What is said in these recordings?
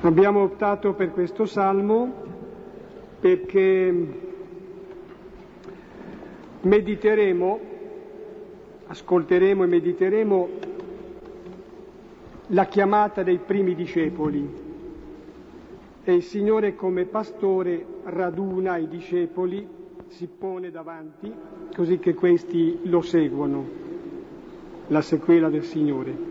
Abbiamo optato per questo salmo perché ascolteremo e mediteremo la chiamata dei primi discepoli e il Signore come pastore raduna i discepoli, si pone davanti così che questi lo seguono, la sequela del Signore.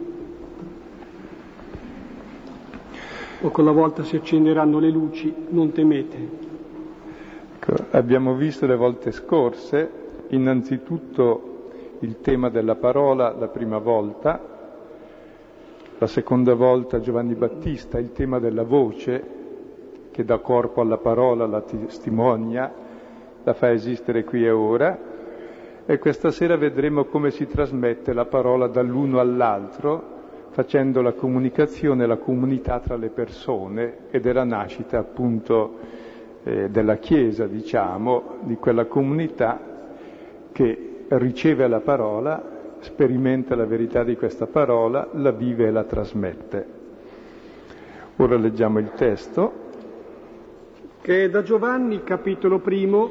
O con la volta si accenderanno le luci, non temete. Ecco, abbiamo visto le volte scorse innanzitutto il tema della parola la prima volta, la seconda volta Giovanni Battista il tema della voce che dà corpo alla parola, la testimonia, la fa esistere qui e ora, e questa sera vedremo come si trasmette la parola dall'uno all'altro facendo la comunicazione, la comunità tra le persone, ed è la nascita appunto della Chiesa, diciamo, di quella comunità che riceve la parola, sperimenta la verità di questa parola, la vive e la trasmette. Ora leggiamo il testo. Che è da Giovanni, capitolo 1,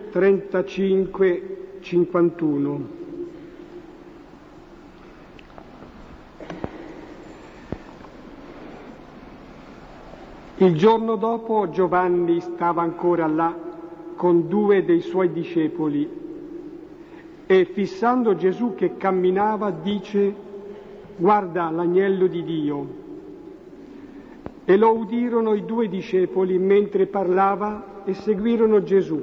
35-51. Il giorno dopo Giovanni stava ancora là con 2 dei suoi discepoli e fissando Gesù che camminava dice: «Guarda l'agnello di Dio». E lo udirono i 2 discepoli mentre parlava e seguirono Gesù.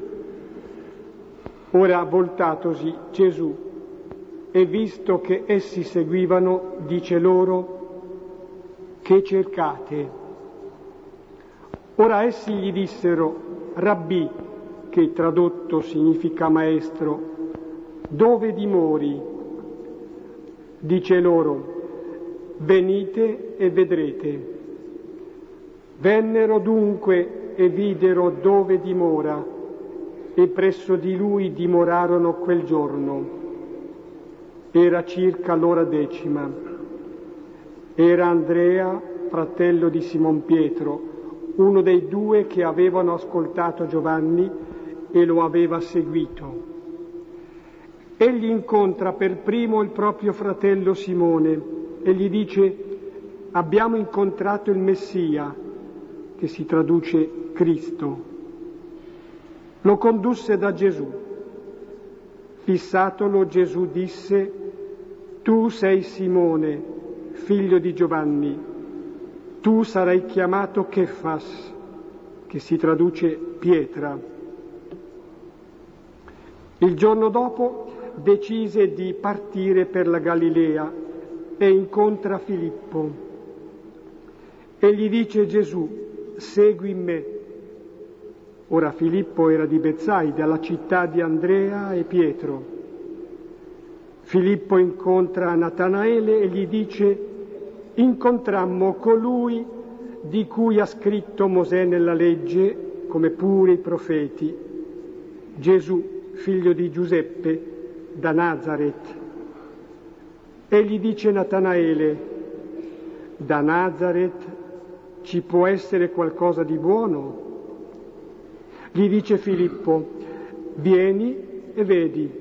Ora, voltatosi Gesù e visto che essi seguivano, dice loro: «Che cercate?» Ora essi gli dissero: «Rabbì», che tradotto significa maestro, «dove dimori?» Dice loro: «Venite e vedrete». Vennero dunque e videro dove dimora, e presso di lui dimorarono quel giorno. Era circa l'ora 10. Era Andrea, fratello di Simon Pietro, uno dei 2 che avevano ascoltato Giovanni e lo aveva seguito. Egli incontra per primo il proprio fratello Simone e gli dice: «Abbiamo incontrato il Messia», che si traduce Cristo. Lo condusse da Gesù. Fissatolo, Gesù disse: «Tu sei Simone, figlio di Giovanni. Tu sarai chiamato Chefas», che si traduce pietra. Il giorno dopo decise di partire per la Galilea e incontra Filippo. E gli dice Gesù: «Segui me». Ora Filippo era di Betsaida, la città di Andrea e Pietro. Filippo incontra Natanaele e gli dice: «Incontrammo colui di cui ha scritto Mosè nella legge, come pure i profeti, Gesù, figlio di Giuseppe, da Nazaret». E gli dice Natanaele: «Da Nazaret ci può essere qualcosa di buono?» Gli dice Filippo: «Vieni e vedi».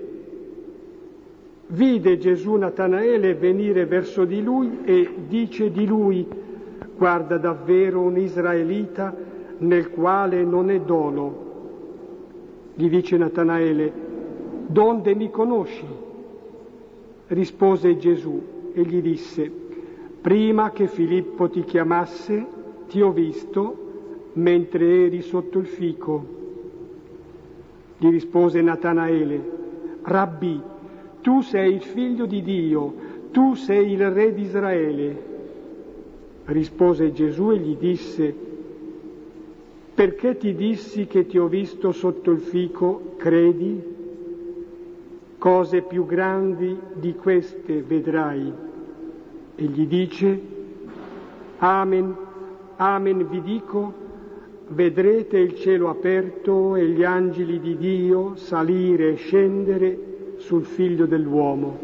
Vide Gesù Natanaele venire verso di lui e dice di lui: «Guarda, davvero un israelita nel quale non è dolo». Gli dice Natanaele: «Donde mi conosci?» Rispose Gesù e gli disse: «Prima che Filippo ti chiamasse, ti ho visto mentre eri sotto il fico». Gli rispose Natanaele: «Rabbì, tu sei il figlio di Dio, tu sei il re di Israele». Rispose Gesù e gli disse: «Perché ti dissi che ti ho visto sotto il fico, credi? Cose più grandi di queste vedrai». E gli dice: «Amen, amen vi dico, vedrete il cielo aperto e gli angeli di Dio salire e scendere sul Figlio dell'uomo».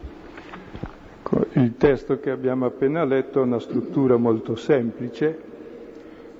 Il testo che abbiamo appena letto ha una struttura molto semplice,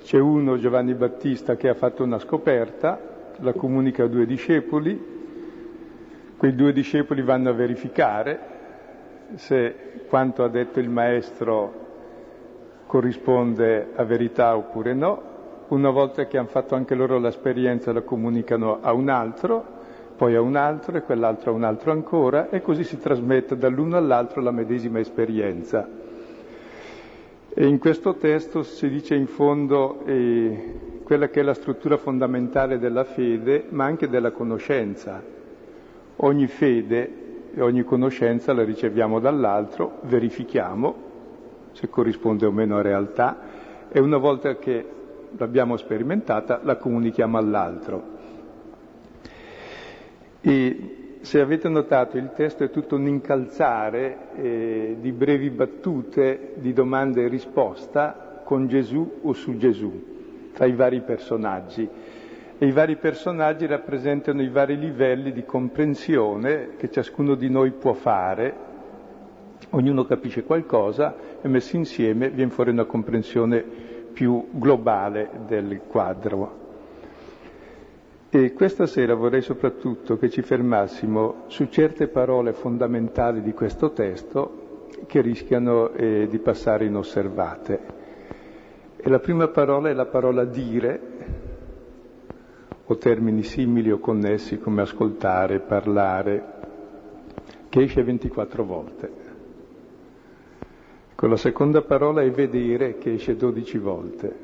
C'è uno, Giovanni Battista, che ha fatto una scoperta, la comunica a 2 discepoli, quei 2 discepoli vanno a verificare se quanto ha detto il maestro corrisponde a verità oppure no. Una volta che hanno fatto anche loro l'esperienza la comunicano a un altro, poi a un altro e quell'altro a un altro ancora, e così si trasmette dall'uno all'altro la medesima esperienza. E in questo testo si dice in fondo quella che è la struttura fondamentale della fede, ma anche della conoscenza. Ogni fede e ogni conoscenza la riceviamo dall'altro, verifichiamo se corrisponde o meno a realtà, e una volta che l'abbiamo sperimentata la comunichiamo all'altro. E se avete notato, il testo è tutto un incalzare di brevi battute di domanda e risposta con Gesù o su Gesù, tra i vari personaggi. E i vari personaggi rappresentano i vari livelli di comprensione che ciascuno di noi può fare. Ognuno capisce qualcosa e messi insieme viene fuori una comprensione più globale del quadro. E questa sera vorrei soprattutto che ci fermassimo su certe parole fondamentali di questo testo che rischiano di passare inosservate. E la prima parola è la parola dire, o termini simili o connessi come ascoltare, parlare, che esce 24 volte. Con la seconda parola è vedere, che esce 12 volte.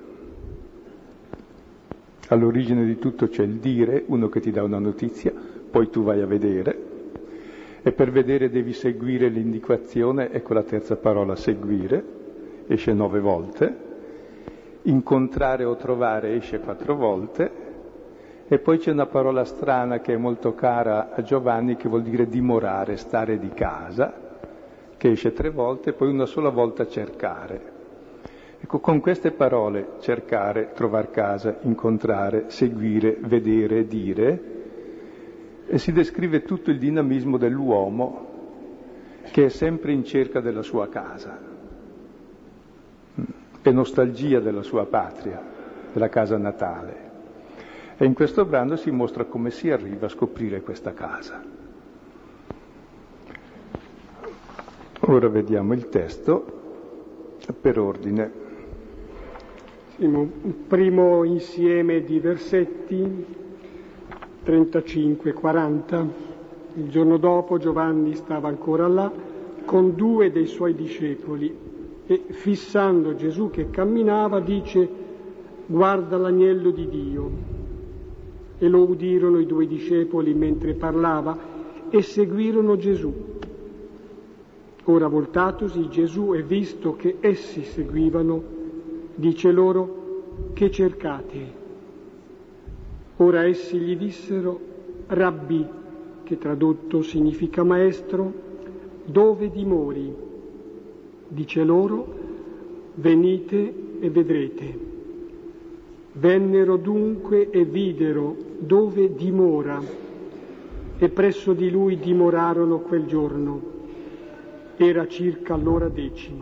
All'origine di tutto c'è il dire, uno che ti dà una notizia, poi tu vai a vedere, e per vedere devi seguire l'indicazione, ecco la terza parola, seguire, esce 9 volte, incontrare o trovare esce 4 volte, e poi c'è una parola strana che è molto cara a Giovanni, che vuol dire dimorare, stare di casa, che esce 3 volte, e poi una sola volta cercare. Ecco, con queste parole, cercare, trovar casa, incontrare, seguire, vedere, dire, e si descrive tutto il dinamismo dell'uomo che è sempre in cerca della sua casa, è nostalgia della sua patria, della casa natale. E in questo brano si mostra come si arriva a scoprire questa casa. Ora vediamo il testo per ordine. Un primo insieme di versetti, 35-40. Il giorno dopo Giovanni stava ancora là con 2 dei suoi discepoli e, fissando Gesù che camminava, dice: «Guarda l'agnello di Dio». E lo udirono i 2 discepoli mentre parlava e seguirono Gesù. Ora, voltatosi Gesù e visto che essi seguivano, dice loro: «Che cercate?» Ora essi gli dissero: «Rabbì», che tradotto significa maestro, «dove dimori?» Dice loro: «Venite e vedrete». Vennero dunque e videro dove dimora, e presso di lui dimorarono quel giorno. Era circa l'ora 10.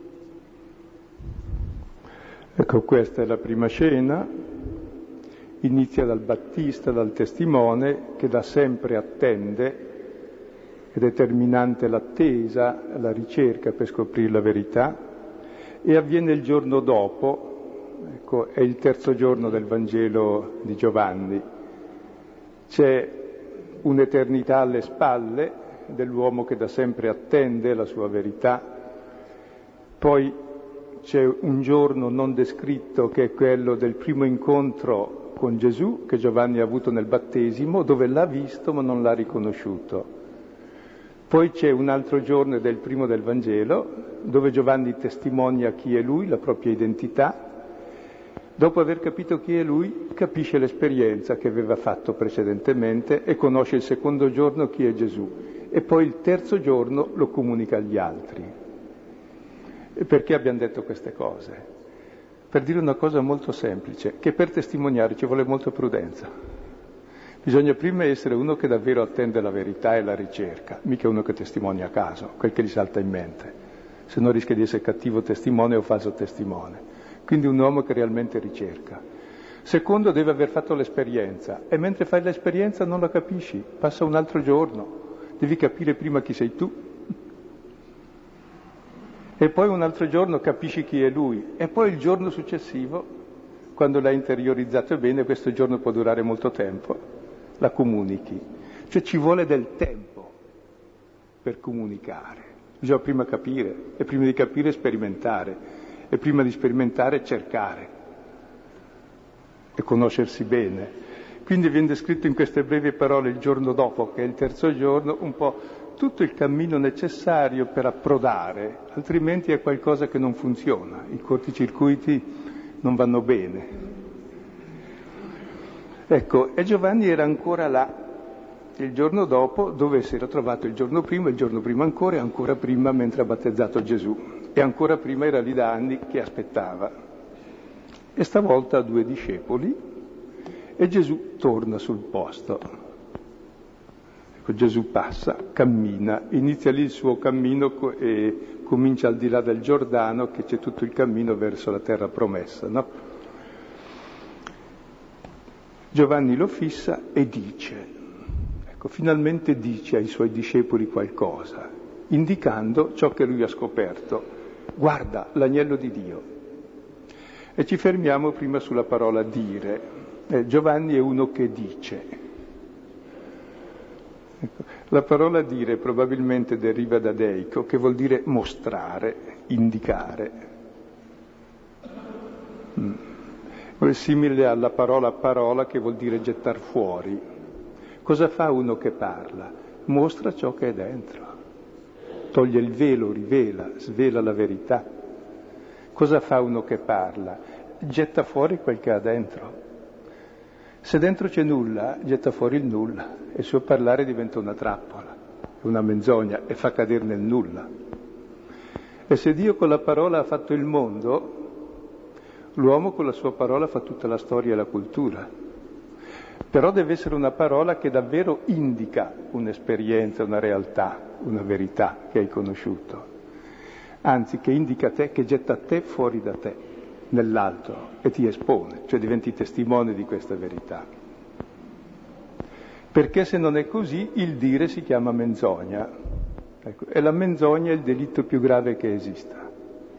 Ecco, questa è la prima scena, inizia dal Battista, dal testimone, che da sempre attende, è determinante l'attesa, la ricerca per scoprire la verità, e avviene il giorno dopo, ecco, è il terzo giorno del Vangelo di Giovanni. C'è un'eternità alle spalle dell'uomo che da sempre attende la sua verità, poi c'è un giorno non descritto che è quello del primo incontro con Gesù che Giovanni ha avuto nel battesimo, dove l'ha visto ma non l'ha riconosciuto. Poi c'è un altro giorno del primo del Vangelo, dove Giovanni testimonia chi è lui, la propria identità. Dopo aver capito chi è lui, capisce l'esperienza che aveva fatto precedentemente e conosce il secondo giorno chi è Gesù. E poi il terzo giorno lo comunica agli altri. E perché abbiamo detto queste cose? Per dire una cosa molto semplice, che per testimoniare ci vuole molta prudenza. Bisogna prima essere uno che davvero attende la verità e la ricerca, mica uno che testimonia a caso, quel che gli salta in mente. Se no rischia di essere cattivo testimone o falso testimone. quindi un uomo che realmente ricerca. Secondo, deve aver fatto l'esperienza, e mentre fai l'esperienza non la capisci, passa un altro giorno, devi capire prima chi sei tu. E poi un altro giorno capisci chi è lui, e poi il giorno successivo, quando l'hai interiorizzato bene, questo giorno può durare molto tempo, la comunichi. Cioè ci vuole del tempo per comunicare, bisogna prima capire, e prima di capire sperimentare, e prima di sperimentare cercare e conoscersi bene. Quindi viene descritto in queste brevi parole il giorno dopo, che è il terzo giorno, un po' tutto il cammino necessario per approdare, altrimenti è qualcosa che non funziona, i corticircuiti non vanno bene. Ecco, e Giovanni era ancora là, il giorno dopo, dove si era trovato il giorno prima ancora, e ancora prima mentre ha battezzato Gesù, e ancora prima era lì da anni che aspettava. E stavolta ha 2 discepoli, e Gesù torna sul posto. Ecco, Gesù passa, cammina, inizia lì il suo cammino e comincia al di là del Giordano, che c'è tutto il cammino verso la terra promessa, no? Giovanni lo fissa e dice, ecco, finalmente dice ai suoi discepoli qualcosa, indicando ciò che lui ha scoperto. Guarda, l'agnello di Dio. E ci fermiamo prima sulla parola dire. Giovanni è uno che dice. Ecco, la parola dire probabilmente deriva da deico, che vuol dire mostrare, indicare. È simile alla parola che vuol dire gettar fuori. Cosa fa uno che parla? Mostra ciò che è dentro. Toglie il velo, rivela, svela la verità. Cosa fa uno che parla? Getta fuori quel che ha dentro. Se dentro c'è nulla, getta fuori il nulla, e il suo parlare diventa una trappola, una menzogna, e fa cadere nel nulla. E se Dio con la parola ha fatto il mondo, l'uomo con la sua parola fa tutta la storia e la cultura. Però deve essere una parola che davvero indica un'esperienza, una realtà, una verità che hai conosciuto. Anzi, che indica te, che getta te fuori da te, nell'altro, e ti espone, cioè diventi testimone di questa verità. Perché se non è così, il dire si chiama menzogna. Ecco, e la menzogna è il delitto più grave che esista.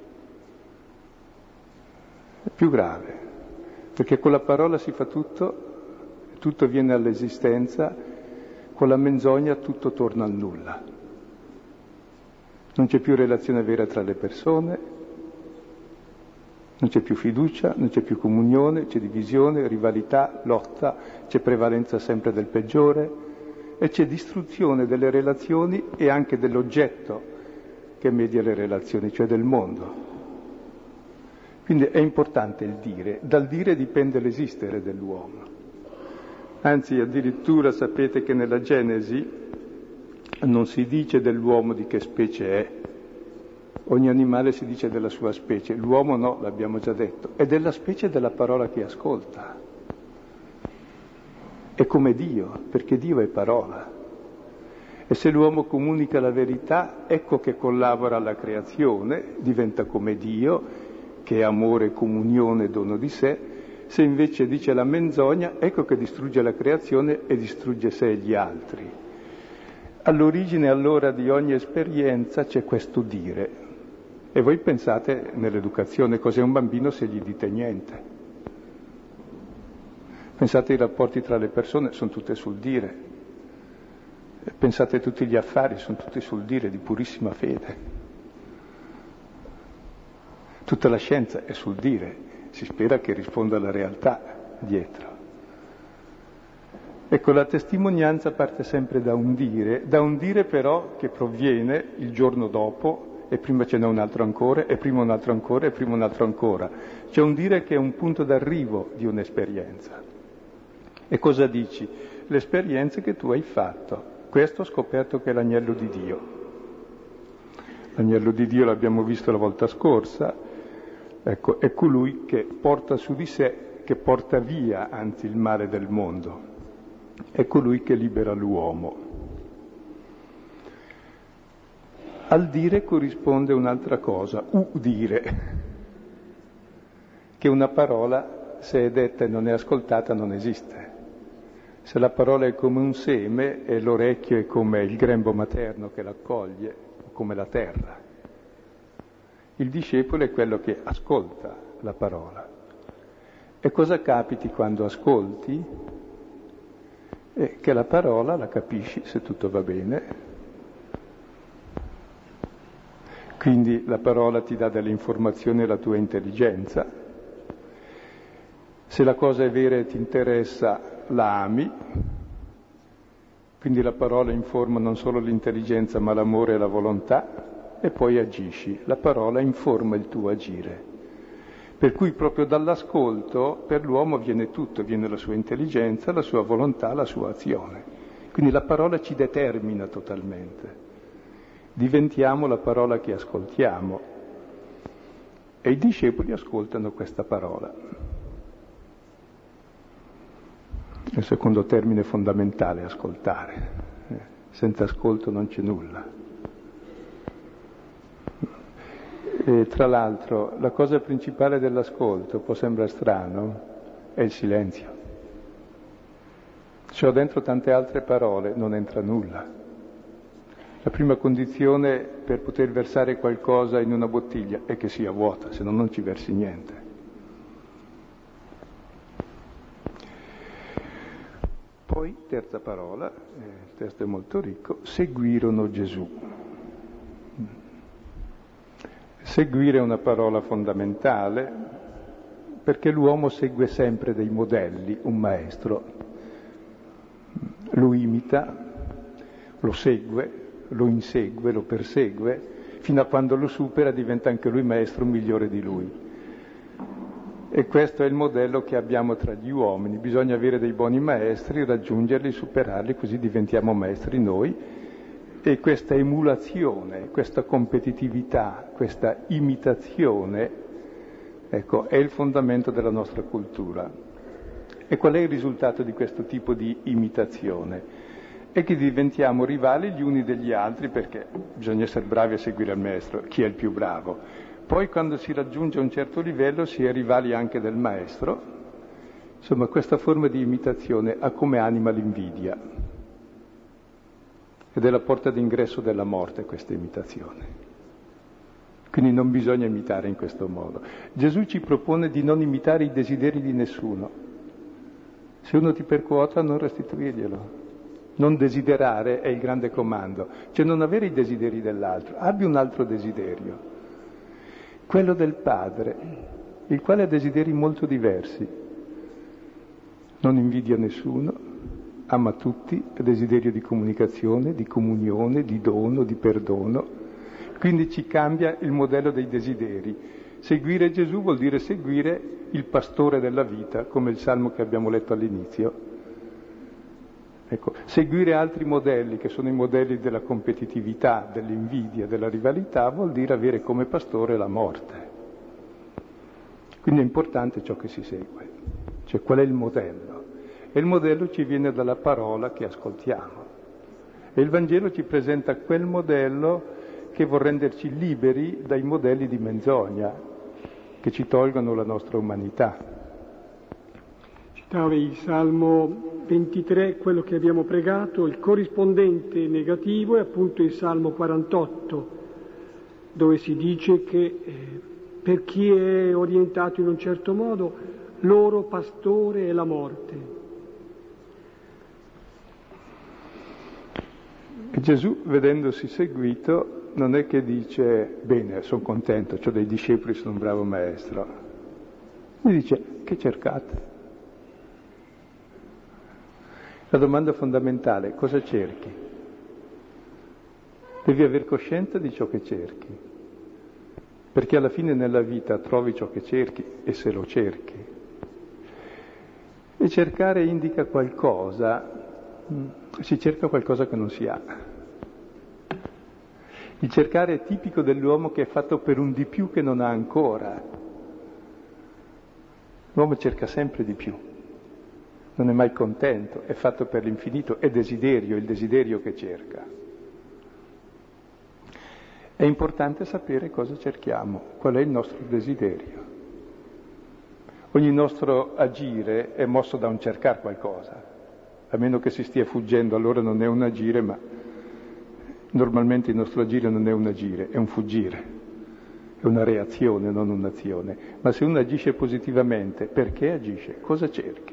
È più grave, perché con la parola si fa tutto, tutto viene all'esistenza, con la menzogna tutto torna al nulla. Non c'è più relazione vera tra le persone, non c'è più fiducia, non c'è più comunione, c'è divisione, rivalità, lotta, c'è prevalenza sempre del peggiore e c'è distruzione delle relazioni e anche dell'oggetto che media le relazioni, cioè del mondo. Quindi è importante il dire, dal dire dipende l'esistere dell'uomo. Anzi, addirittura sapete che nella Genesi non si dice dell'uomo di che specie è. Ogni animale si dice della sua specie, l'uomo no, l'abbiamo già detto, è della specie della parola che ascolta. È come Dio, perché Dio è parola. E se l'uomo comunica la verità, ecco che collabora alla creazione, diventa come Dio, che è amore, comunione, dono di sé. Se invece dice la menzogna, ecco che distrugge la creazione e distrugge sé e gli altri. All'origine allora di ogni esperienza c'è questo dire. E voi pensate nell'educazione cos'è un bambino se gli dite niente. Pensate ai rapporti tra le persone, sono tutte sul dire. Pensate a tutti gli affari, sono tutti sul dire, di purissima fede. Tutta la scienza è sul dire, si spera che risponda alla realtà dietro. Ecco, la testimonianza parte sempre da un dire però che proviene il giorno dopo, e prima ce n'è un altro ancora, e prima un altro ancora, e prima un altro ancora. C'è un dire che è un punto d'arrivo di un'esperienza. E cosa dici? L'esperienza che tu hai fatto. Questo ho scoperto che è l'agnello di Dio. L'agnello di Dio l'abbiamo visto la volta scorsa, ecco, è colui che porta su di sé, che porta via, anzi, il male del mondo. È colui che libera l'uomo. Al dire corrisponde un'altra cosa, udire. che una parola, se è detta e non è ascoltata, non esiste. Se la parola è come un seme e l'orecchio è come il grembo materno che l'accoglie, o come la terra. Il discepolo è quello che ascolta la parola. E cosa capiti quando ascolti? Che la parola la capisci se tutto va bene. Quindi la parola ti dà delle informazioni alla tua intelligenza. Se la cosa è vera e ti interessa, la ami. Quindi la parola informa non solo l'intelligenza, ma l'amore e la volontà, e poi agisci. La parola informa il tuo agire. Per cui proprio dall'ascolto per l'uomo viene tutto, viene la sua intelligenza, la sua volontà, la sua azione. Quindi la parola ci determina totalmente. Diventiamo la parola che ascoltiamo. E i discepoli ascoltano questa parola. Il secondo termine fondamentale è ascoltare. Senza ascolto non c'è nulla. E tra l'altro, la cosa principale dell'ascolto, può sembrare strano, è il silenzio. Se ho dentro tante altre parole, non entra nulla. La prima condizione per poter versare qualcosa in una bottiglia è che sia vuota, se no non ci versi niente. Poi, terza parola, il testo è molto ricco, seguirono Gesù. Seguire è una parola fondamentale perché l'uomo segue sempre dei modelli, un maestro. Lo imita, lo segue, lo insegue, lo persegue, fino a quando lo supera diventa anche lui maestro migliore di lui. E questo è il modello che abbiamo tra gli uomini. Bisogna avere dei buoni maestri, raggiungerli, superarli, così diventiamo maestri noi. E questa emulazione, questa competitività, questa imitazione, ecco, è il fondamento della nostra cultura. E qual è il risultato di questo tipo di imitazione? È che diventiamo rivali gli uni degli altri, perché bisogna essere bravi a seguire il maestro, chi è il più bravo. Poi quando si raggiunge un certo livello si è rivali anche del maestro. Insomma, questa forma di imitazione ha come anima l'invidia. Ed è la porta d'ingresso della morte questa imitazione. Quindi non bisogna imitare in questo modo. Gesù ci propone di non imitare i desideri di nessuno. Se uno ti percuota non restituirglielo. Non desiderare è il grande comando, cioè non avere i desideri dell'altro, abbi un altro desiderio, quello del Padre, il quale ha desideri molto diversi. Non invidia nessuno, ama tutti, ha desiderio di comunicazione, di comunione, di dono, di perdono. Quindi ci cambia il modello dei desideri. Seguire Gesù vuol dire seguire il pastore della vita, come il salmo che abbiamo letto all'inizio. Ecco, seguire altri modelli, che sono i modelli della competitività, dell'invidia, della rivalità, vuol dire avere come pastore la morte. Quindi è importante ciò che si segue, cioè qual è il modello. E il modello ci viene dalla parola che ascoltiamo. E il Vangelo ci presenta quel modello che vuol renderci liberi dai modelli di menzogna che ci tolgono la nostra umanità. Citava il Salmo 23, quello che abbiamo pregato, il corrispondente negativo è appunto il Salmo 48, dove si dice che per chi è orientato in un certo modo, loro pastore è la morte. E Gesù, vedendosi seguito, non è che dice, bene, sono contento, ho dei discepoli, sono un bravo maestro. Mi dice, che cercate? La domanda fondamentale, cosa cerchi? Devi aver coscienza di ciò che cerchi, perché alla fine nella vita trovi ciò che cerchi e se lo cerchi. E cercare indica qualcosa, si cerca qualcosa che non si ha. Il cercare è tipico dell'uomo che è fatto per un di più che non ha ancora. L'uomo cerca sempre di più, non è mai contento, è fatto per l'infinito, è desiderio, il desiderio che cerca. È importante sapere cosa cerchiamo, qual è il nostro desiderio. Ogni nostro agire è mosso da un cercare qualcosa, a meno che si stia fuggendo, allora non è un agire, ma normalmente il nostro agire non è un agire, è un fuggire, è una reazione, non un'azione. Ma se uno agisce positivamente, perché agisce? Cosa cerchi?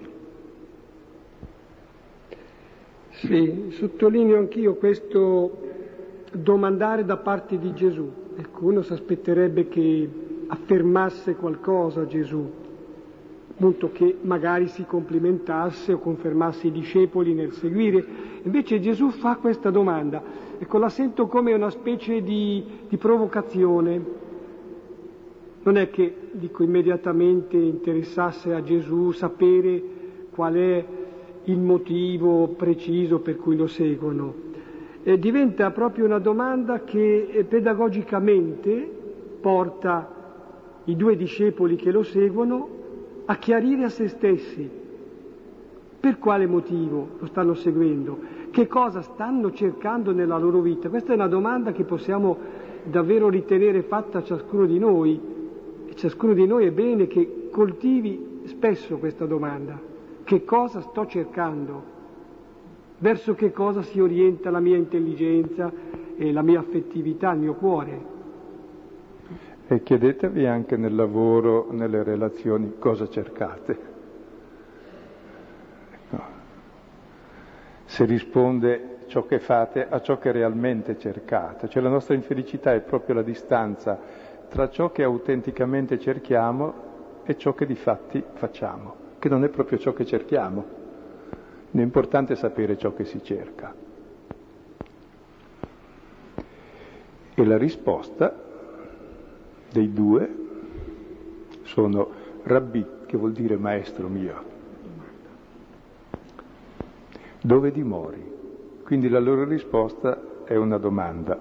Sì, sottolineo anch'io questo domandare da parte di Gesù. Ecco, uno si aspetterebbe che affermasse qualcosa Gesù, appunto che magari si complimentasse o confermasse i discepoli nel seguire. Invece Gesù fa questa domanda, ecco, la sento come una specie di provocazione. Non è che, dico, immediatamente interessasse a Gesù sapere qual è il motivo preciso per cui lo seguono. Diventa proprio una domanda che pedagogicamente porta i due discepoli che lo seguono a chiarire a se stessi per quale motivo lo stanno seguendo, che cosa stanno cercando nella loro vita. Questa è una domanda che possiamo davvero ritenere fatta a ciascuno di noi, e ciascuno di noi è bene che coltivi spesso questa domanda: che cosa sto cercando? Verso che cosa si orienta la mia intelligenza e la mia affettività, il mio cuore? E chiedetevi anche nel lavoro, nelle relazioni, cosa cercate. Ecco. Se risponde ciò che fate a ciò che realmente cercate, cioè la nostra infelicità è proprio la distanza tra ciò che autenticamente cerchiamo e ciò che di fatti facciamo, che non è proprio ciò che cerchiamo. L'importante è sapere ciò che si cerca. E la risposta dei due sono Rabbi, che vuol dire maestro mio. Dove dimori? Quindi la loro risposta è una domanda.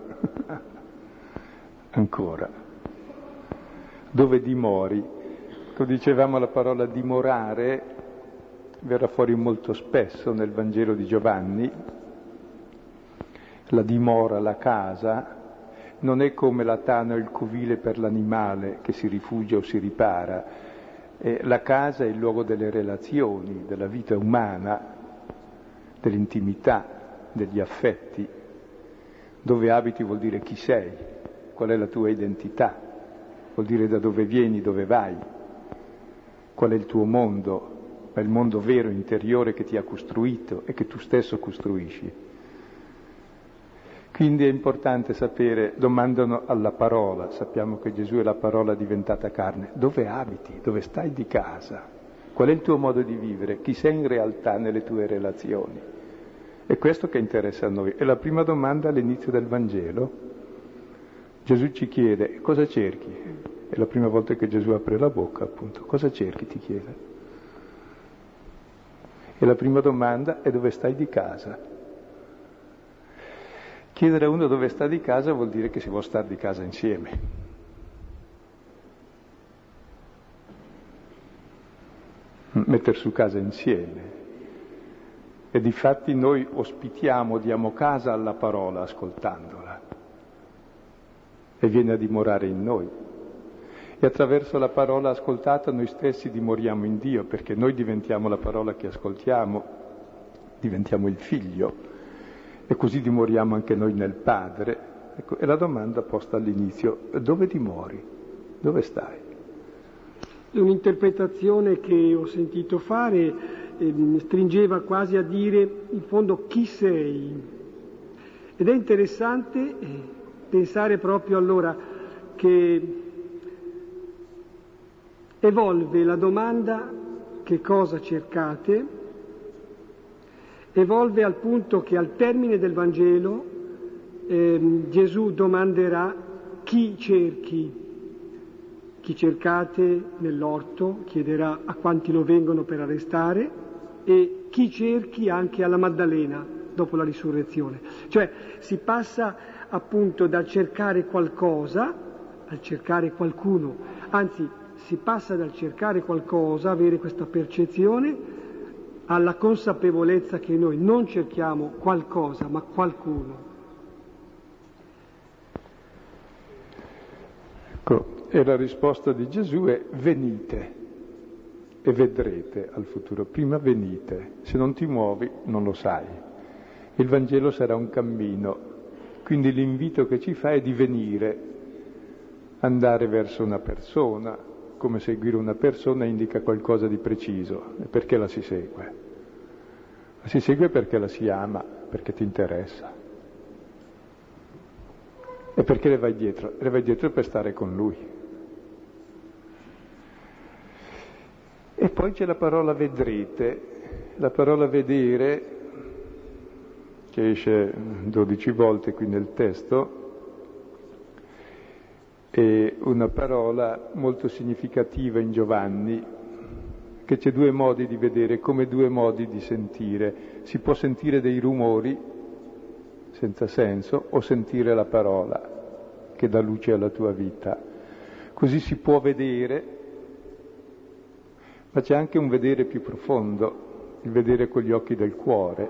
Ancora. Dove dimori? Come dicevamo, la parola dimorare verrà fuori molto spesso nel Vangelo di Giovanni. La dimora, la casa, non è come la tana o il covile per l'animale che si rifugia o si ripara. La casa è il luogo delle relazioni, della vita umana, dell'intimità, degli affetti. Dove abiti vuol dire chi sei, qual è la tua identità, vuol dire da dove vieni, dove vai, qual è il tuo mondo, ma il mondo vero, interiore che ti ha costruito e che tu stesso costruisci. Quindi è importante sapere, domandano alla parola, sappiamo che Gesù è la parola diventata carne, dove abiti, dove stai di casa, qual è il tuo modo di vivere, chi sei in realtà nelle tue relazioni. È questo che interessa a noi. È la prima domanda all'inizio del Vangelo. Gesù ci chiede, cosa cerchi? È la prima volta che Gesù apre la bocca, appunto. Cosa cerchi, ti chiede. E la prima domanda è dove stai di casa. Chiedere a uno dove sta di casa vuol dire che si vuole stare di casa insieme. Metter su casa insieme. E difatti noi ospitiamo, diamo casa alla parola ascoltandola. E viene a dimorare in noi. E attraverso la parola ascoltata noi stessi dimoriamo in Dio, perché noi diventiamo la parola che ascoltiamo, diventiamo il figlio, e così dimoriamo anche noi nel Padre. Ecco, è la domanda posta all'inizio: dove dimori? Dove stai? Un'interpretazione che ho sentito fare stringeva quasi a dire, in fondo, chi sei? Ed è interessante pensare proprio allora che evolve la domanda che cosa cercate, evolve al punto che al termine del Vangelo Gesù domanderà chi cerchi. Chi cercate nell'orto, chiederà a quanti lo vengono per arrestare, e chi cerchi anche alla Maddalena dopo la risurrezione. Cioè si passa appunto dal cercare qualcosa al cercare qualcuno, anzi si passa dal cercare qualcosa, avere questa percezione, alla consapevolezza che noi non cerchiamo qualcosa ma qualcuno. Ecco, e la risposta di Gesù è venite. e vedrete al futuro. Prima venite, se non ti muovi non lo sai. Il Vangelo sarà un cammino, quindi l'invito che ci fa è di venire, andare verso una persona, come seguire una persona indica qualcosa di preciso. E perché la si segue? La si segue perché la si ama, perché ti interessa. E perché le vai dietro? Le vai dietro per stare con lui. E poi c'è la parola vedrete, la parola vedere, che esce 12 volte qui nel testo, è una parola molto significativa in Giovanni, che c'è due modi di vedere, come due modi di sentire. Si può sentire dei rumori senza senso o sentire la parola che dà luce alla tua vita. Così si può vedere, ma c'è anche un vedere più profondo, il vedere con gli occhi del cuore.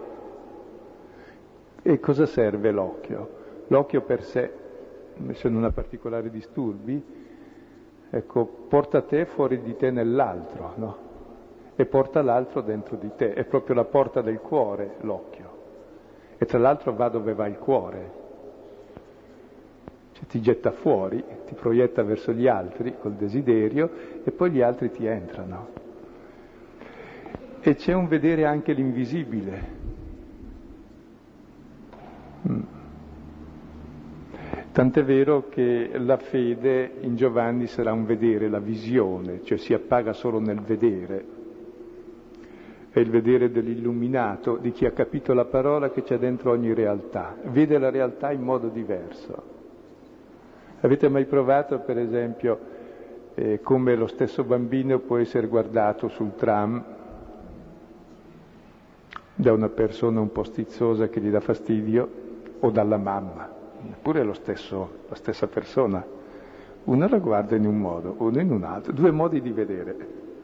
E cosa serve l'occhio? L'occhio per sé, se non ha particolari disturbi, ecco, porta te fuori di te nell'altro, no? E porta l'altro dentro di te, è proprio la porta del cuore l'occhio. E tra l'altro va dove va il cuore, cioè ti getta fuori, ti proietta verso gli altri col desiderio e poi gli altri ti entrano. E c'è un vedere anche l'invisibile. Tant'è vero che la fede in Giovanni sarà un vedere, la visione, cioè si appaga solo nel vedere. È il vedere dell'illuminato, di chi ha capito la parola che c'è dentro ogni realtà. Vede la realtà in modo diverso. Avete mai provato, per esempio, come lo stesso bambino può essere guardato sul tram da una persona un po' stizzosa che gli dà fastidio o dalla mamma? Eppure è la stessa persona. Uno la guarda in un modo, uno in un altro, due modi di vedere.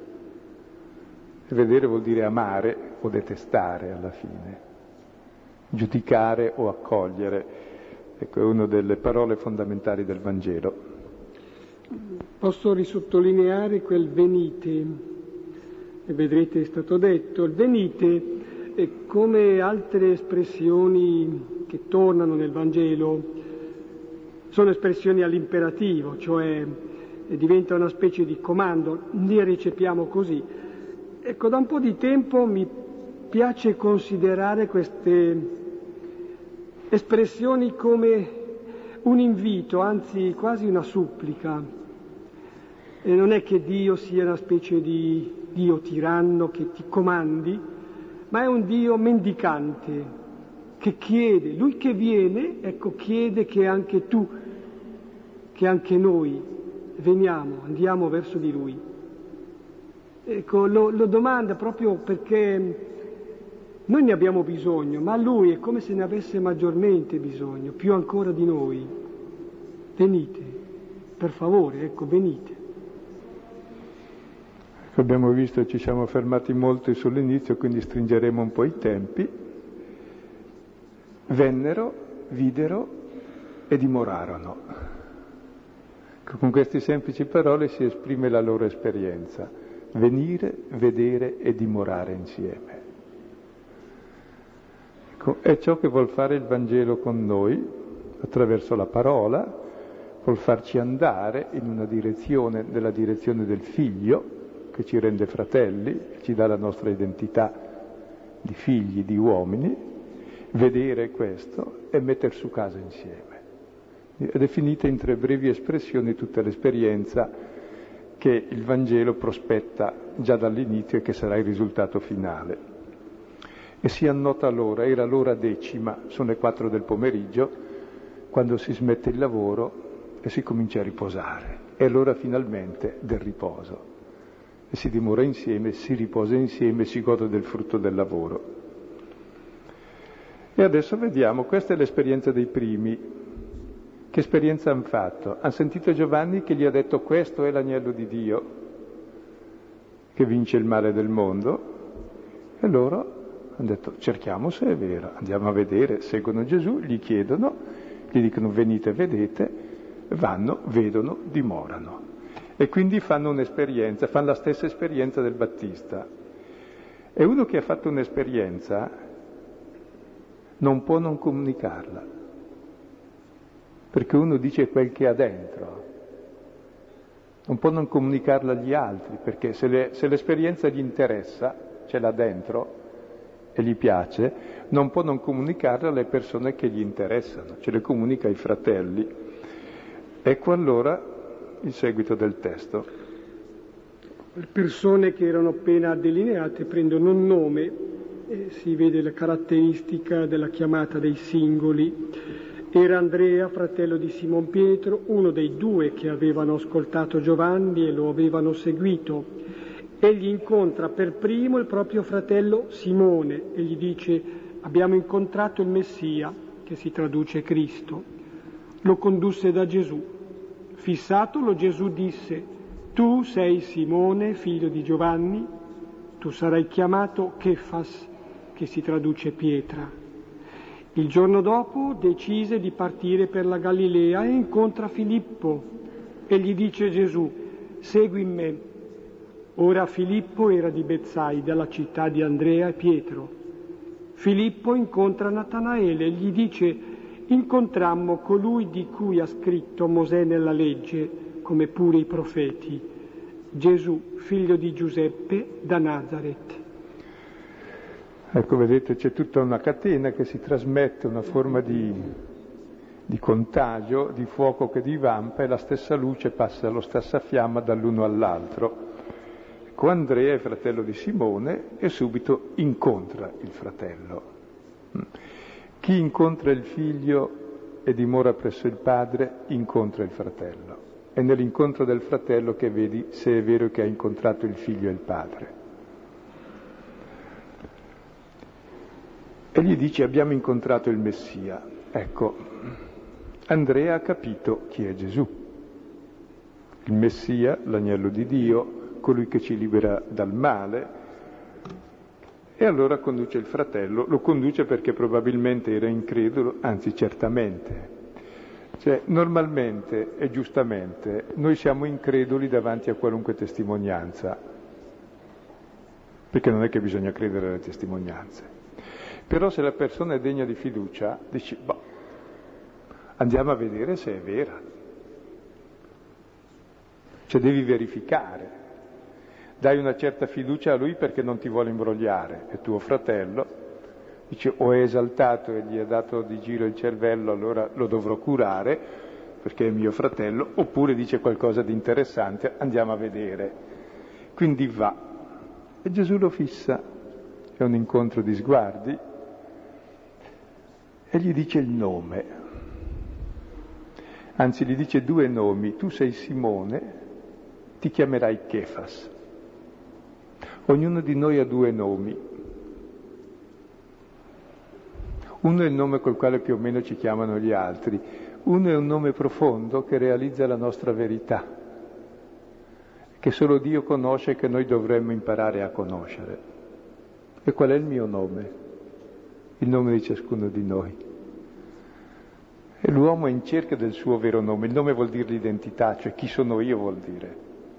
E vedere vuol dire amare o detestare alla fine, giudicare o accogliere. Ecco, è una delle parole fondamentali del Vangelo. Posso risottolineare quel venite, e vedrete è stato detto, il venite è come altre espressioni che tornano nel Vangelo, sono espressioni all'imperativo, cioè diventa una specie di comando, li recepiamo così. Ecco, da un po' di tempo mi piace considerare queste espressioni come un invito, anzi quasi una supplica. E non è che Dio sia una specie di Dio tiranno che ti comandi, ma è un Dio mendicante, che chiede, lui che viene, ecco, chiede che anche tu, che anche noi veniamo, andiamo verso di lui. Ecco, lo domanda proprio perché noi ne abbiamo bisogno, ma lui è come se ne avesse maggiormente bisogno, più ancora di noi. Venite, per favore, ecco, venite. Abbiamo visto, ci siamo fermati molto sull'inizio, quindi stringeremo un po' i tempi. Vennero, videro e dimorarono. Con queste semplici parole si esprime la loro esperienza. Venire, vedere e dimorare insieme. Ecco, è ciò che vuol fare il Vangelo con noi, attraverso la parola, vuol farci andare in una direzione, nella direzione del Figlio, che ci rende fratelli, che ci dà la nostra identità di figli, di uomini, vedere questo e metter su casa insieme. Ed è finita in 3 brevi espressioni tutta l'esperienza che il Vangelo prospetta già dall'inizio e che sarà il risultato finale. E si annota l'ora, era l'ora 10, sono le 4 del pomeriggio, quando si smette il lavoro e si comincia a riposare. È l'ora finalmente del riposo. E si dimora insieme, si riposa insieme, si gode del frutto del lavoro. E adesso vediamo, questa è l'esperienza dei primi. Che esperienza hanno fatto? Hanno sentito Giovanni che gli ha detto: questo è l'agnello di Dio che vince il male del mondo, e loro hanno detto: cerchiamo se è vero, andiamo a vedere. Seguono Gesù, gli chiedono, gli dicono: venite, vedete, vanno, vedono, dimorano. E quindi fanno un'esperienza, fanno la stessa esperienza del Battista. E uno che ha fatto un'esperienza non può non comunicarla, perché uno dice quel che ha dentro, non può non comunicarla agli altri, perché se l'esperienza gli interessa, ce l'ha dentro e gli piace, non può non comunicarla alle persone che gli interessano, ce le comunica ai fratelli. Ecco allora il seguito del testo. Le persone che erano appena delineate prendono un nome, si vede la caratteristica della chiamata dei singoli. Era Andrea, fratello di Simon Pietro, uno dei due che avevano ascoltato Giovanni e lo avevano seguito. Egli incontra per primo il proprio fratello Simone e gli dice: abbiamo incontrato il Messia, che si traduce Cristo. Lo condusse da Gesù. Fissatolo, Gesù disse: tu sei Simone, figlio di Giovanni, tu sarai chiamato Chefas, che si traduce pietra. Il giorno dopo decise di partire per la Galilea e incontra Filippo e gli dice Gesù: segui me. Ora Filippo era di Betsaida, la città di Andrea e Pietro. Filippo incontra Natanaele e gli dice: incontrammo colui di cui ha scritto Mosè nella legge, come pure i profeti, Gesù, figlio di Giuseppe, da Nazaret. Ecco, vedete, c'è tutta una catena che si trasmette, una forma di contagio, di fuoco che divampa, e la stessa luce passa, la stessa fiamma dall'uno all'altro. Ecco, Andrea è fratello di Simone e subito incontra il fratello. Chi incontra il figlio e dimora presso il padre, incontra il fratello. È nell'incontro del fratello che vedi se è vero che ha incontrato il figlio e il padre. E gli dice: abbiamo incontrato il Messia. Ecco, Andrea ha capito chi è Gesù. Il Messia, l'agnello di Dio, colui che ci libera dal male. E allora conduce il fratello, lo conduce perché probabilmente era incredulo, anzi certamente. Cioè, normalmente e giustamente noi siamo increduli davanti a qualunque testimonianza, perché non è che bisogna credere alle testimonianze. Però se la persona è degna di fiducia, dici, andiamo a vedere se è vera. Cioè devi verificare. Dai una certa fiducia a lui perché non ti vuole imbrogliare, è tuo fratello. Dice, o è esaltato e gli ha dato di giro il cervello, allora lo dovrò curare perché è mio fratello, oppure dice qualcosa di interessante, andiamo a vedere. Quindi va. E Gesù lo fissa, è un incontro di sguardi, e gli dice il nome. Anzi, gli dice due nomi: tu sei Simone, ti chiamerai Chefas. Ognuno di noi ha due nomi. Uno è il nome col quale più o meno ci chiamano gli altri, uno è un nome profondo che realizza la nostra verità, che solo Dio conosce e che noi dovremmo imparare a conoscere. E qual è il mio nome? Il nome di ciascuno di noi. E l'uomo è in cerca del suo vero nome. Il nome vuol dire l'identità, cioè chi sono io vuol dire.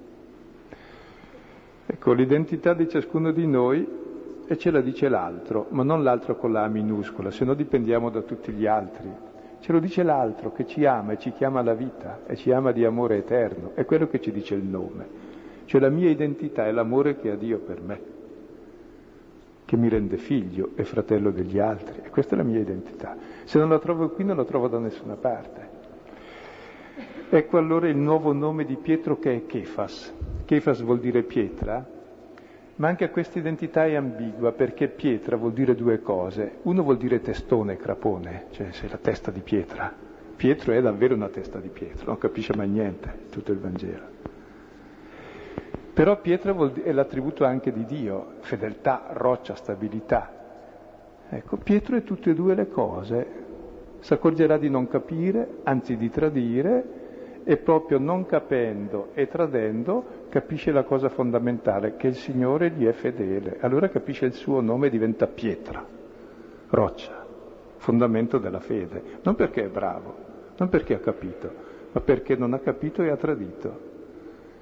Ecco, l'identità di ciascuno di noi, e ce la dice l'altro, ma non l'altro con la A minuscola, se no dipendiamo da tutti gli altri. Ce lo dice l'altro che ci ama e ci chiama alla vita e ci ama di amore eterno. È quello che ci dice il nome. Cioè la mia identità è l'amore che ha Dio per me, che mi rende figlio e fratello degli altri. E questa è la mia identità. Se non la trovo qui, non la trovo da nessuna parte. Ecco allora il nuovo nome di Pietro, che è Chefas. Chefas vuol dire pietra, ma anche questa identità è ambigua, perché pietra vuol dire due cose. Uno vuol dire testone, crapone, cioè sei la testa di pietra. Pietro è davvero una testa di pietra, non capisce mai niente, tutto il Vangelo. Però pietra è l'attributo anche di Dio, fedeltà, roccia, stabilità. Ecco, Pietro è tutte e due le cose. Si accorgerà di non capire, anzi di tradire, e proprio non capendo e tradendo capisce la cosa fondamentale, che il Signore gli è fedele. Allora capisce il suo nome e diventa pietra, roccia, fondamento della fede. Non perché è bravo, non perché ha capito, ma perché non ha capito e ha tradito.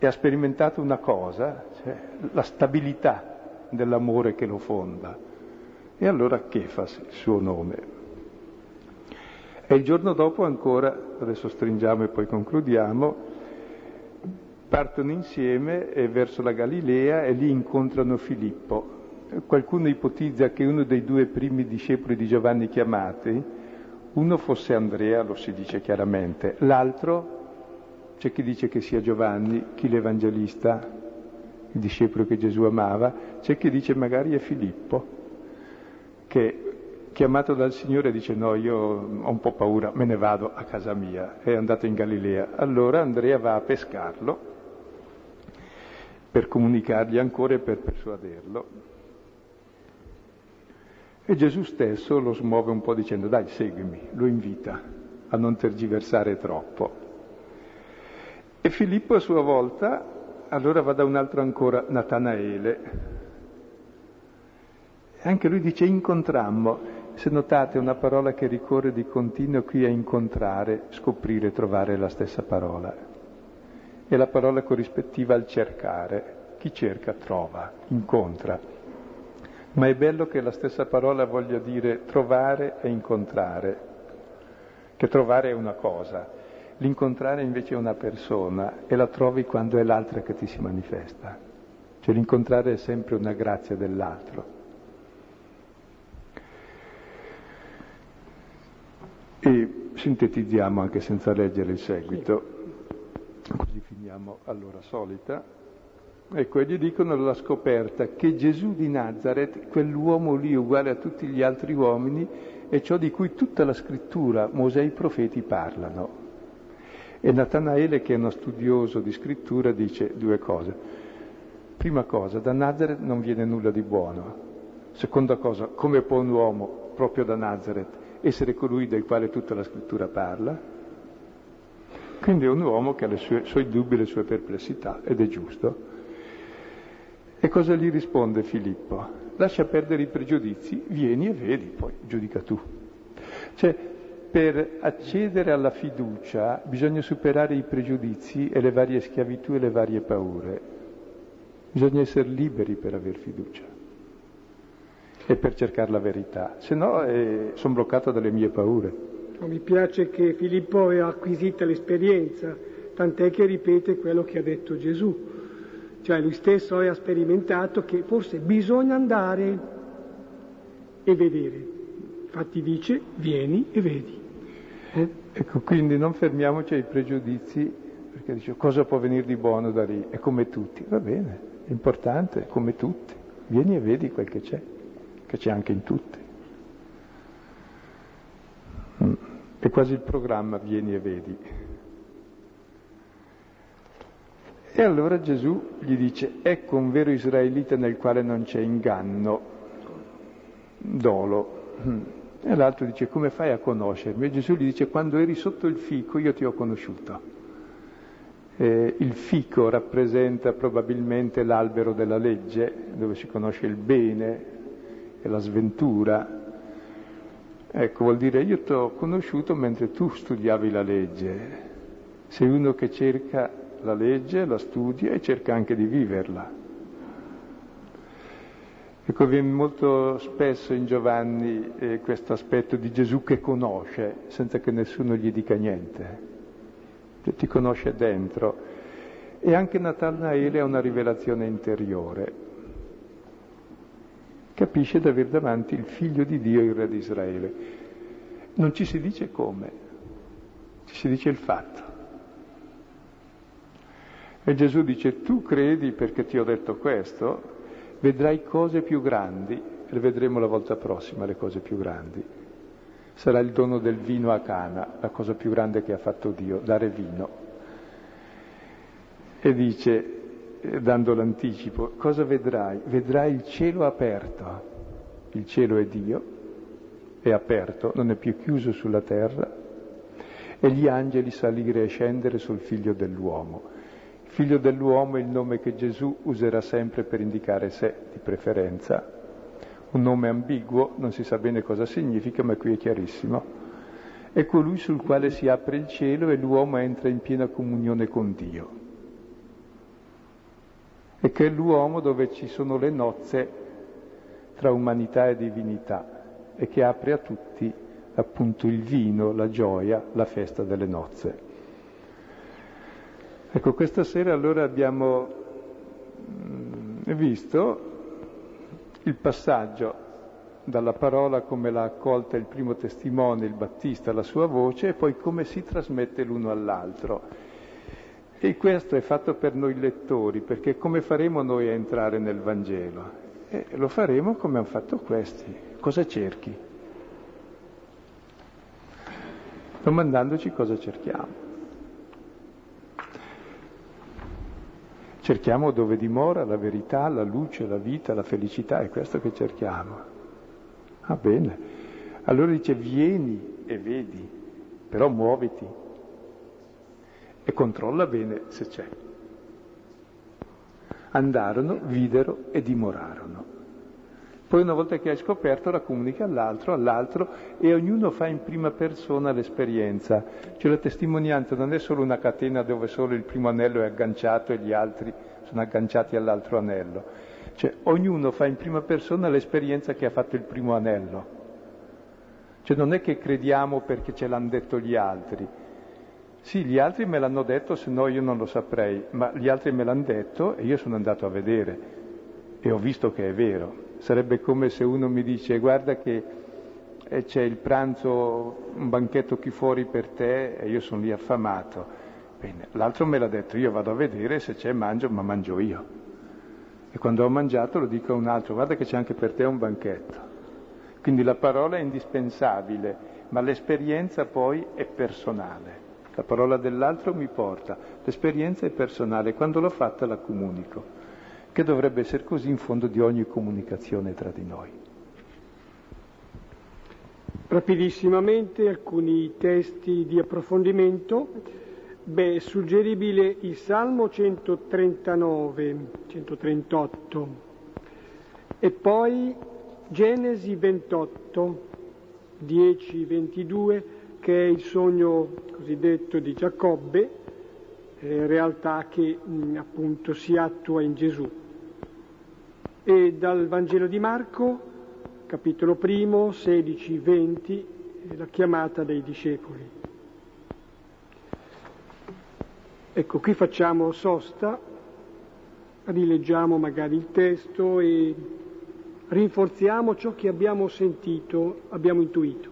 e ha sperimentato una cosa, cioè la stabilità dell'amore che lo fonda. E allora Chefas, il suo nome. E il giorno dopo ancora, adesso stringiamo e poi concludiamo, partono insieme e verso la Galilea e lì incontrano Filippo. Qualcuno ipotizza che uno dei due primi discepoli di Giovanni chiamati, uno fosse Andrea, lo si dice chiaramente, l'altro, c'è chi dice che sia Giovanni, chi l'Evangelista, il discepolo che Gesù amava, c'è chi dice magari è Filippo, che chiamato dal Signore dice no, io ho un po' paura, me ne vado a casa mia, è andato in Galilea. Allora Andrea va a pescarlo per comunicargli ancora e per persuaderlo. E Gesù stesso lo smuove un po' dicendo dai, seguimi, lo invita a non tergiversare troppo. E Filippo a sua volta allora va da un altro ancora, Natanaele. E anche lui dice incontrammo. Se notate è una parola che ricorre di continuo qui a incontrare, scoprire, trovare la stessa parola. È la parola corrispettiva al cercare. Chi cerca trova, incontra. Ma è bello che la stessa parola voglia dire trovare e incontrare, che trovare è una cosa, l'incontrare invece è una persona e la trovi quando è l'altra che ti si manifesta. Cioè l'incontrare è sempre una grazia dell'altro. E sintetizziamo anche senza leggere il seguito, così finiamo all'ora solita. Ecco, e gli dicono la scoperta che Gesù di Nazaret, quell'uomo lì uguale a tutti gli altri uomini, è ciò di cui tutta la scrittura, Mosè e i profeti parlano. E Natanaele, che è uno studioso di scrittura, dice due cose. Prima cosa, da Nazaret non viene nulla di buono. Seconda cosa, come può un uomo proprio da Nazaret essere colui del quale tutta la scrittura parla? Quindi è un uomo che ha i suoi dubbi, le sue perplessità, ed è giusto. E cosa gli risponde Filippo? Lascia perdere i pregiudizi, vieni e vedi, poi giudica tu. Cioè, per accedere alla fiducia bisogna superare i pregiudizi e le varie schiavitù e le varie paure. Bisogna essere liberi per aver fiducia e per cercare la verità, se no sono bloccato dalle mie paure. Mi piace che Filippo aveva acquisita l'esperienza, tant'è che ripete quello che ha detto Gesù. Cioè lui stesso aveva sperimentato che forse bisogna andare e vedere. Infatti dice, vieni e vedi. Ecco, quindi non fermiamoci ai pregiudizi, perché dice, cosa può venire di buono da lì? È come tutti. Va bene, è importante, è come tutti. Vieni e vedi quel che c'è anche in tutti. È quasi il programma, vieni e vedi. E allora Gesù gli dice, ecco un vero israelita nel quale non c'è inganno, dolo. E l'altro dice, come fai a conoscermi? E Gesù gli dice, quando eri sotto il fico io ti ho conosciuto. Il fico rappresenta probabilmente l'albero della legge, dove si conosce il bene e la sventura. Ecco, vuol dire, io ti ho conosciuto mentre tu studiavi la legge. Sei uno che cerca la legge, la studia e cerca anche di viverla. Ecco, viene molto spesso in Giovanni questo aspetto di Gesù che conosce senza che nessuno gli dica niente, cioè, ti conosce dentro. E anche Natanaele ha una rivelazione interiore, capisce di aver davanti il figlio di Dio, il re di Israele. Non ci si dice come, ci si dice il fatto. E Gesù dice, tu credi perché ti ho detto questo, vedrai cose più grandi, le vedremo la volta prossima, le cose più grandi. Sarà il dono del vino a Cana, la cosa più grande che ha fatto Dio, dare vino. E dice, dando l'anticipo, cosa vedrai? Vedrai il cielo aperto. Il cielo è Dio, è aperto, non è più chiuso sulla terra, e gli angeli salire e scendere sul figlio dell'uomo. Figlio dell'uomo è il nome che Gesù userà sempre per indicare sé di preferenza. Un nome ambiguo, non si sa bene cosa significa, ma qui è chiarissimo. È colui sul quale si apre il cielo e l'uomo entra in piena comunione con Dio. e che è l'uomo dove ci sono le nozze tra umanità e divinità e che apre a tutti appunto il vino, la gioia, la festa delle nozze. Ecco, questa sera allora abbiamo visto il passaggio dalla parola come l'ha accolta il primo testimone, il Battista, la sua voce, e poi come si trasmette l'uno all'altro. E questo è fatto per noi lettori, perché come faremo noi a entrare nel Vangelo? Lo faremo come hanno fatto questi. Cosa cerchi? Domandandoci cosa cerchiamo. Cerchiamo dove dimora la verità, la luce, la vita, la felicità, è questo che cerchiamo. Ah, bene. Allora dice: vieni e vedi, però muoviti e controlla bene se c'è. Andarono, videro e dimorarono. Poi una volta che hai scoperto la comunichi all'altro, e ognuno fa in prima persona l'esperienza. Cioè la testimonianza non è solo una catena dove solo il primo anello è agganciato e gli altri sono agganciati all'altro anello. Cioè ognuno fa in prima persona l'esperienza che ha fatto il primo anello. Cioè non è che crediamo perché ce l'hanno detto gli altri. Sì, gli altri me l'hanno detto, se no io non lo saprei, ma gli altri me l'hanno detto e io sono andato a vedere e ho visto che è vero. Sarebbe come se uno mi dice: guarda che c'è il pranzo, un banchetto qui fuori per te, e io sono lì affamato. Bene, l'altro me l'ha detto, io vado a vedere, se c'è mangio, ma mangio io. E quando ho mangiato lo dico a un altro: guarda che c'è anche per te un banchetto. Quindi la parola è indispensabile, ma l'esperienza poi è personale. La parola dell'altro mi porta, l'esperienza è personale, quando l'ho fatta la comunico, che dovrebbe essere così in fondo di ogni comunicazione tra di noi. Rapidissimamente alcuni testi di approfondimento. È suggeribile il Salmo 139, 138 e poi Genesi 28, 10-22, che è il sogno cosiddetto di Giacobbe, realtà che appunto si attua in Gesù. E dal Vangelo di Marco, capitolo 1, 16-20, la chiamata dei discepoli. Ecco, qui facciamo sosta, rileggiamo magari il testo e rinforziamo ciò che abbiamo sentito, abbiamo intuito.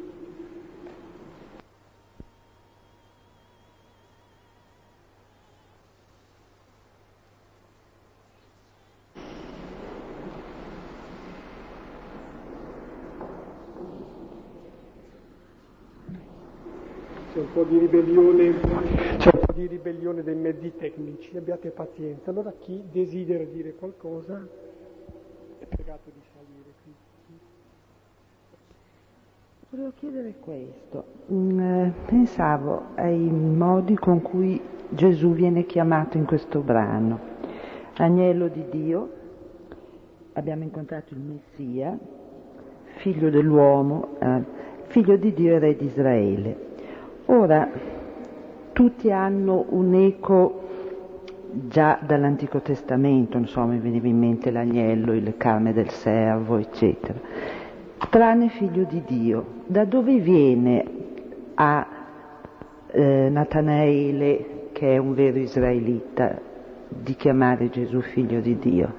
C'è un po' di ribellione dei mezzi tecnici, abbiate pazienza. Allora chi desidera dire qualcosa è pregato di salire qui. Volevo chiedere questo. Pensavo ai modi con cui Gesù viene chiamato in questo brano. Agnello di Dio, abbiamo incontrato il Messia, figlio dell'uomo, figlio di Dio e re di Israele. Ora, tutti hanno un'eco già dall'Antico Testamento, non so, mi veniva in mente l'agnello, il carne del servo, eccetera. Tranne figlio di Dio. Da dove viene a Natanaele, che è un vero israelita, di chiamare Gesù figlio di Dio?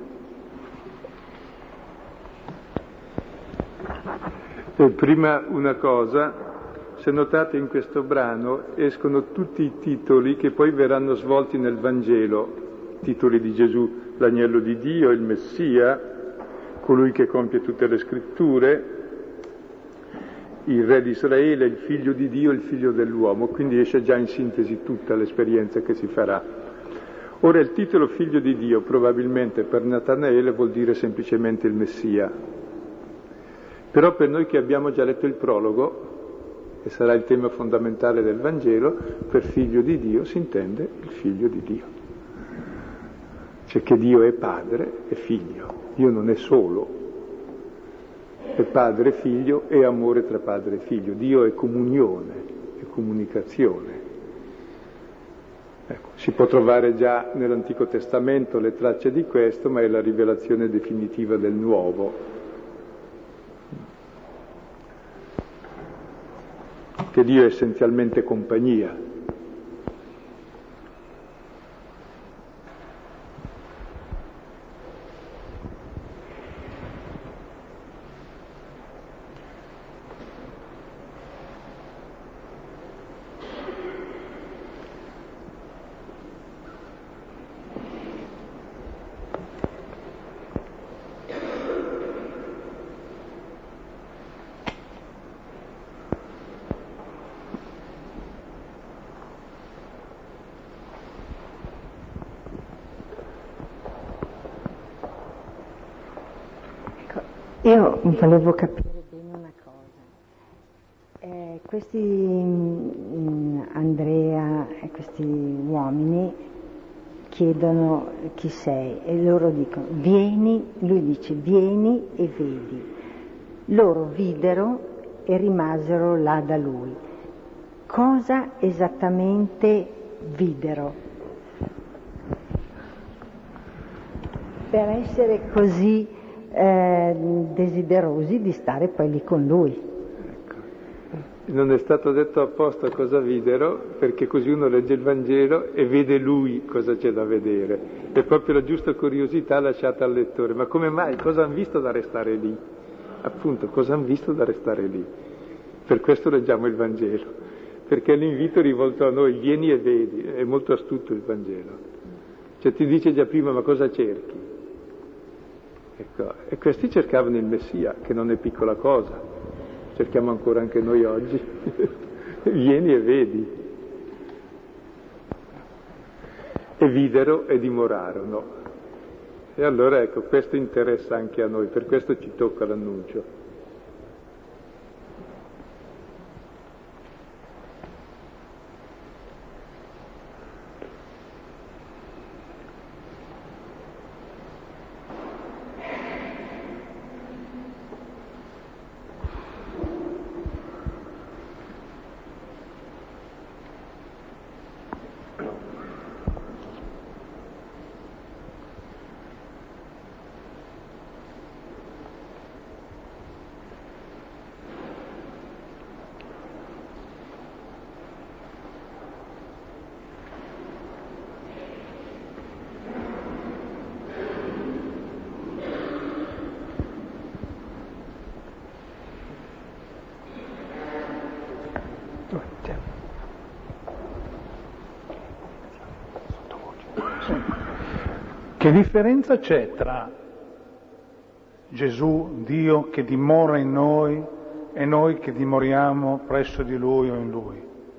Prima una cosa. Se notate in questo brano escono tutti i titoli che poi verranno svolti nel Vangelo, titoli di Gesù: l'agnello di Dio, il Messia, colui che compie tutte le scritture, il re di Israele, il figlio di Dio, il figlio dell'uomo, quindi esce già in sintesi tutta l'esperienza che si farà. Ora il titolo figlio di Dio probabilmente per Natanaele vuol dire semplicemente il Messia, però per noi che abbiamo già letto il prologo, che sarà il tema fondamentale del Vangelo, per figlio di Dio si intende il figlio di Dio. Cioè che Dio è padre e figlio. Dio non è solo, è padre e figlio e amore tra padre e figlio. Dio è comunione, è comunicazione. Ecco, si può trovare già nell'Antico Testamento le tracce di questo, ma è la rivelazione definitiva del Nuovo, che Dio è essenzialmente compagnia. Io volevo capire bene una cosa. Questi Andrea e questi uomini chiedono chi sei e loro dicono vieni, lui dice vieni e vedi. Loro videro e rimasero là da lui. Cosa esattamente videro? Per essere così desiderosi di stare poi lì con lui. Ecco. Non è stato detto apposta cosa videro, perché così uno legge il Vangelo e vede lui cosa c'è da vedere. È proprio la giusta curiosità lasciata al lettore. Ma come mai? Cosa hanno visto da restare lì? Appunto, cosa hanno visto da restare lì? Per questo leggiamo il Vangelo, perché l'invito è rivolto a noi, vieni e vedi, è molto astuto il Vangelo. Cioè ti dice già prima, ma cosa cerchi? Ecco, e questi cercavano il Messia, che non è piccola cosa, cerchiamo ancora anche noi oggi. Vieni e vedi. E videro e dimorarono. E allora ecco, questo interessa anche a noi, per questo ci tocca l'annuncio. Che differenza c'è tra Gesù, Dio, che dimora in noi e noi che dimoriamo presso di Lui o in Lui?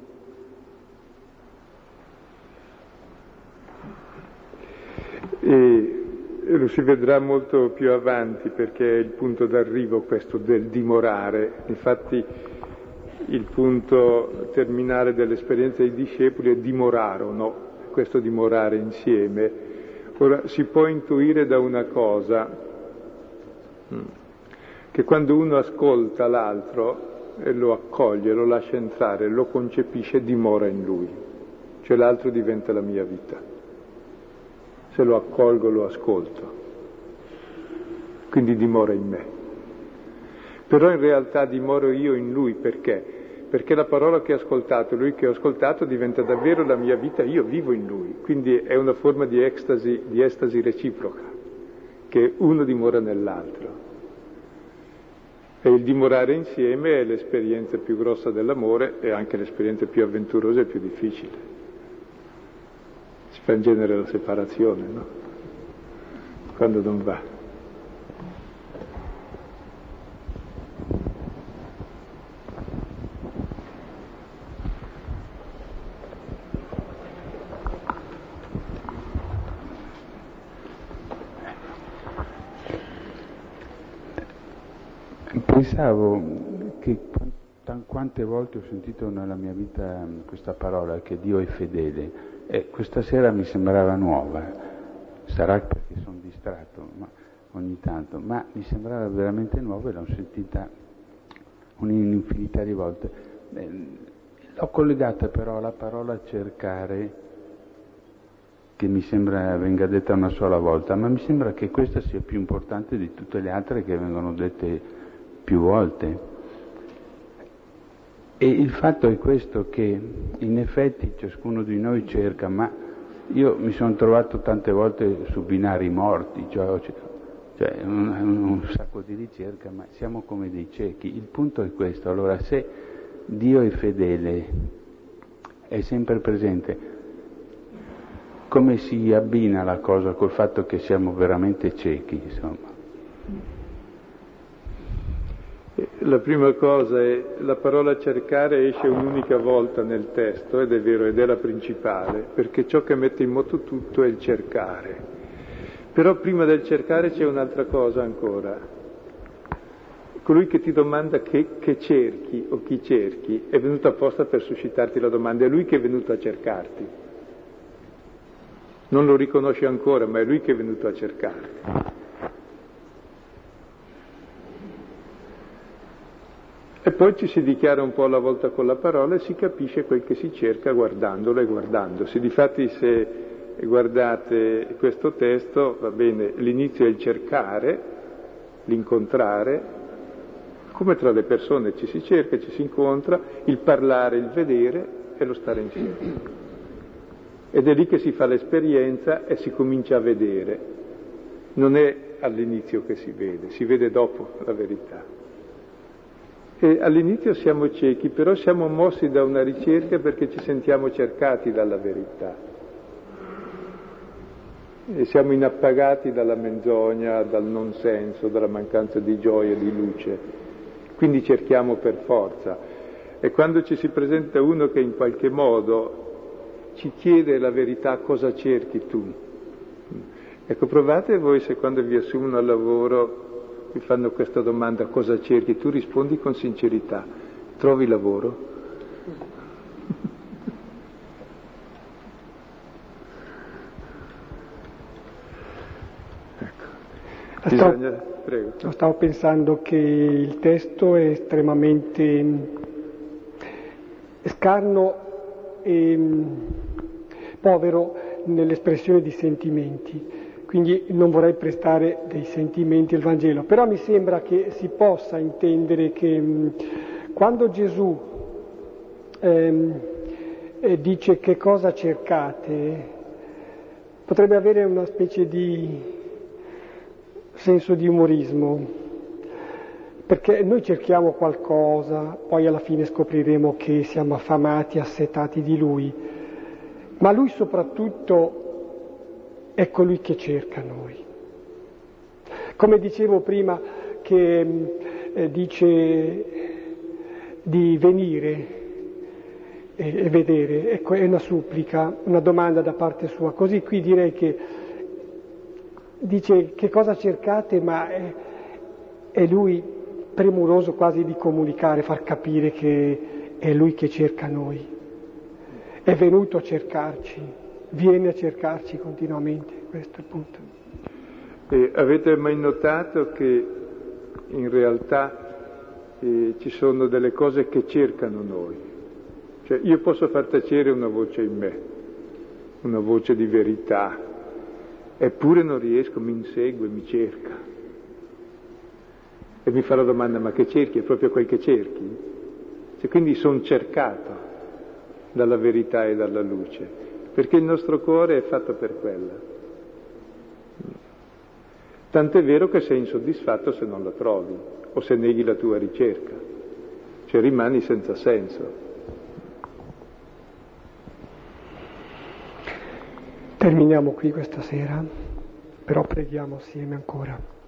E lo si vedrà molto più avanti, perché è il punto d'arrivo questo del dimorare. Infatti il punto terminale dell'esperienza dei discepoli è dimorarono, questo dimorare insieme. Ora si può intuire da una cosa, che quando uno ascolta l'altro e lo accoglie, lo lascia entrare, lo concepisce, dimora in lui, cioè l'altro diventa la mia vita. Se lo accolgo, lo ascolto, quindi dimora in me. Però in realtà dimoro io in lui, perché? Perché la parola che ho ascoltato, lui che ho ascoltato, diventa davvero la mia vita, io vivo in lui, quindi è una forma di estasi reciproca, che uno dimora nell'altro. E il dimorare insieme è l'esperienza più grossa dell'amore e anche l'esperienza più avventurosa e più difficile. Si fa in genere la separazione, no? Quando non va. Pensavo che quante volte ho sentito nella mia vita questa parola, che Dio è fedele, e questa sera mi sembrava nuova, sarà perché sono distratto ogni tanto, ma mi sembrava veramente nuova e l'ho sentita un'infinità di volte. L'ho collegata però alla parola cercare che mi sembra venga detta una sola volta, ma mi sembra che questa sia più importante di tutte le altre che vengono dette più volte. E il fatto è questo, che in effetti ciascuno di noi cerca, ma io mi sono trovato tante volte su binari morti, cioè un sacco di ricerca, ma siamo come dei ciechi. Il punto è questo. Allora, se Dio è fedele, è sempre presente, come si abbina la cosa col fatto che siamo veramente ciechi, insomma? La prima cosa è, la parola cercare esce un'unica volta nel testo, ed è vero, ed è la principale, perché ciò che mette in moto tutto è il cercare. Però prima del cercare c'è un'altra cosa ancora. Colui che ti domanda che cerchi o chi cerchi è venuto apposta per suscitarti la domanda, è lui che è venuto a cercarti. Non lo riconosci ancora, ma è lui che è venuto a cercarti. E poi ci si dichiara un po' alla volta con la parola e si capisce quel che si cerca guardandolo e guardandosi. Difatti, se guardate questo testo, va bene, l'inizio è il cercare, l'incontrare, come tra le persone ci si cerca, ci si incontra, il parlare, il vedere e lo stare insieme. Ed è lì che si fa l'esperienza e si comincia a vedere. Non è all'inizio che si vede dopo la verità. E all'inizio siamo ciechi, però siamo mossi da una ricerca perché ci sentiamo cercati dalla verità. E siamo inappagati dalla menzogna, dal non senso, dalla mancanza di gioia, di luce. Quindi cerchiamo per forza. E quando ci si presenta uno che in qualche modo ci chiede la verità, cosa cerchi tu? Ecco, provate voi se quando vi assumono al lavoro mi fanno questa domanda, cosa cerchi? Tu rispondi con sincerità, trovi lavoro? Ecco. Prego. Stavo pensando che il testo è estremamente scarno e povero nell'espressione di sentimenti. Quindi non vorrei prestare dei sentimenti al Vangelo, però mi sembra che si possa intendere che quando Gesù dice che cosa cercate, potrebbe avere una specie di senso di umorismo, perché noi cerchiamo qualcosa, poi alla fine scopriremo che siamo affamati, assetati di Lui, ma Lui soprattutto è colui che cerca noi. Come dicevo prima, che dice di venire e vedere, ecco, è una supplica, una domanda da parte sua. Così qui direi che dice che cosa cercate, ma è lui premuroso quasi di comunicare, far capire che è lui che cerca noi. È venuto a cercarci. Viene a cercarci continuamente, questo è il punto. Avete mai notato che in realtà ci sono delle cose che cercano noi? Cioè io posso far tacere una voce in me, una voce di verità, eppure non riesco, mi insegue, mi cerca. E mi fa la domanda, ma che cerchi? È proprio quel che cerchi? Cioè, quindi sono cercato dalla verità e dalla luce. Perché il nostro cuore è fatto per quella. Tant'è vero che sei insoddisfatto se non la trovi, o se neghi la tua ricerca, cioè rimani senza senso. Terminiamo qui questa sera, però preghiamo assieme ancora.